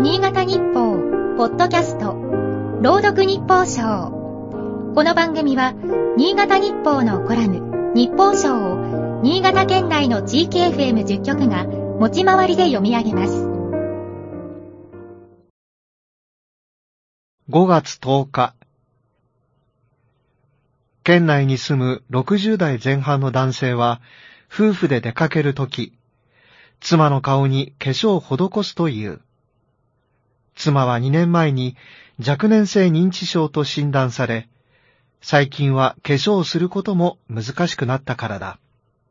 新潟日報ポッドキャスト朗読日報賞。この番組は新潟日報のコラム日報賞を新潟県内の地域 FM10 局が持ち回りで読み上げます。 5月10日、県内に住む60代前半の男性は夫婦で出かけるとき、妻の顔に化粧を施すという。妻は2年前に若年性認知症と診断され、最近は化粧をすることも難しくなったからだ。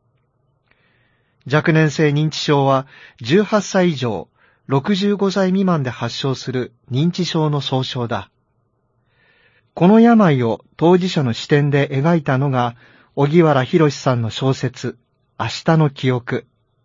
若年性認知症は18歳以上、65歳未満で発症する認知症の総称だ。この病を当事者の視点で描いたのが、荻原博さんの小説、明日の記憶。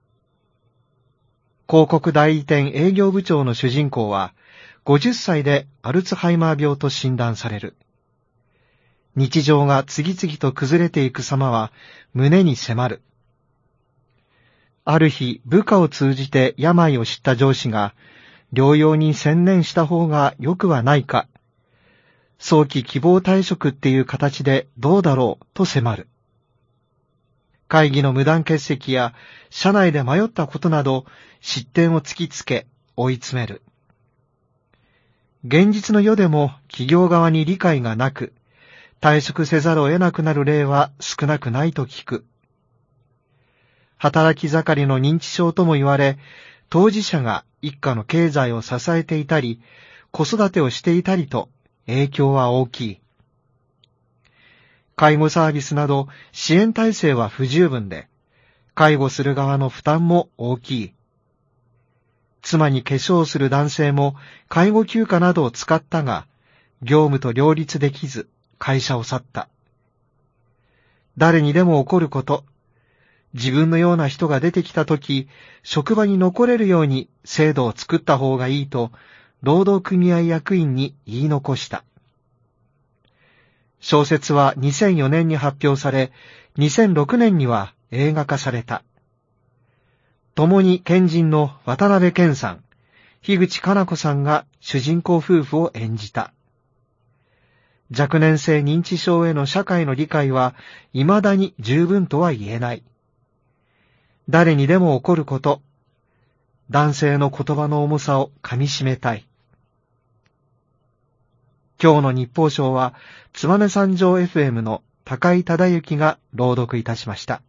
広告代理店営業部長の主人公は、50歳でアルツハイマー病と診断される。日常が次々と崩れていく様は胸に迫る。ある日、部下を通じて病を知った上司が、療養に専念した方が良くはないか、早期希望退職っていう形でどうだろうと迫る。会議の無断欠席や社内で迷ったことなど失点を突きつけ追い詰める。現実の世でも企業側に理解がなく、退職せざるを得なくなる例は少なくないと聞く。働き盛りの認知症とも言われ、当事者が一家の経済を支えていたり、子育てをしていたりと影響は大きい。介護サービスなど支援体制は不十分で、介護する側の負担も大きい。妻に化粧をする男性も介護休暇などを使ったが、業務と両立できず会社を去った。誰にでも起こること。自分のような人が出てきたとき、職場に残れるように制度を作った方がいいと、労働組合役員に言い残した。小説は2004年に発表され、2006年には映画化された。共に県人の渡辺謙さん、樋口加奈子さんが主人公夫婦を演じた。若年性認知症への社会の理解は未だに十分とは言えない。誰にでも起こること、男性の言葉の重さをかみしめたい。今日の日報賞は、燕三条 FM の高井忠之が朗読いたしました。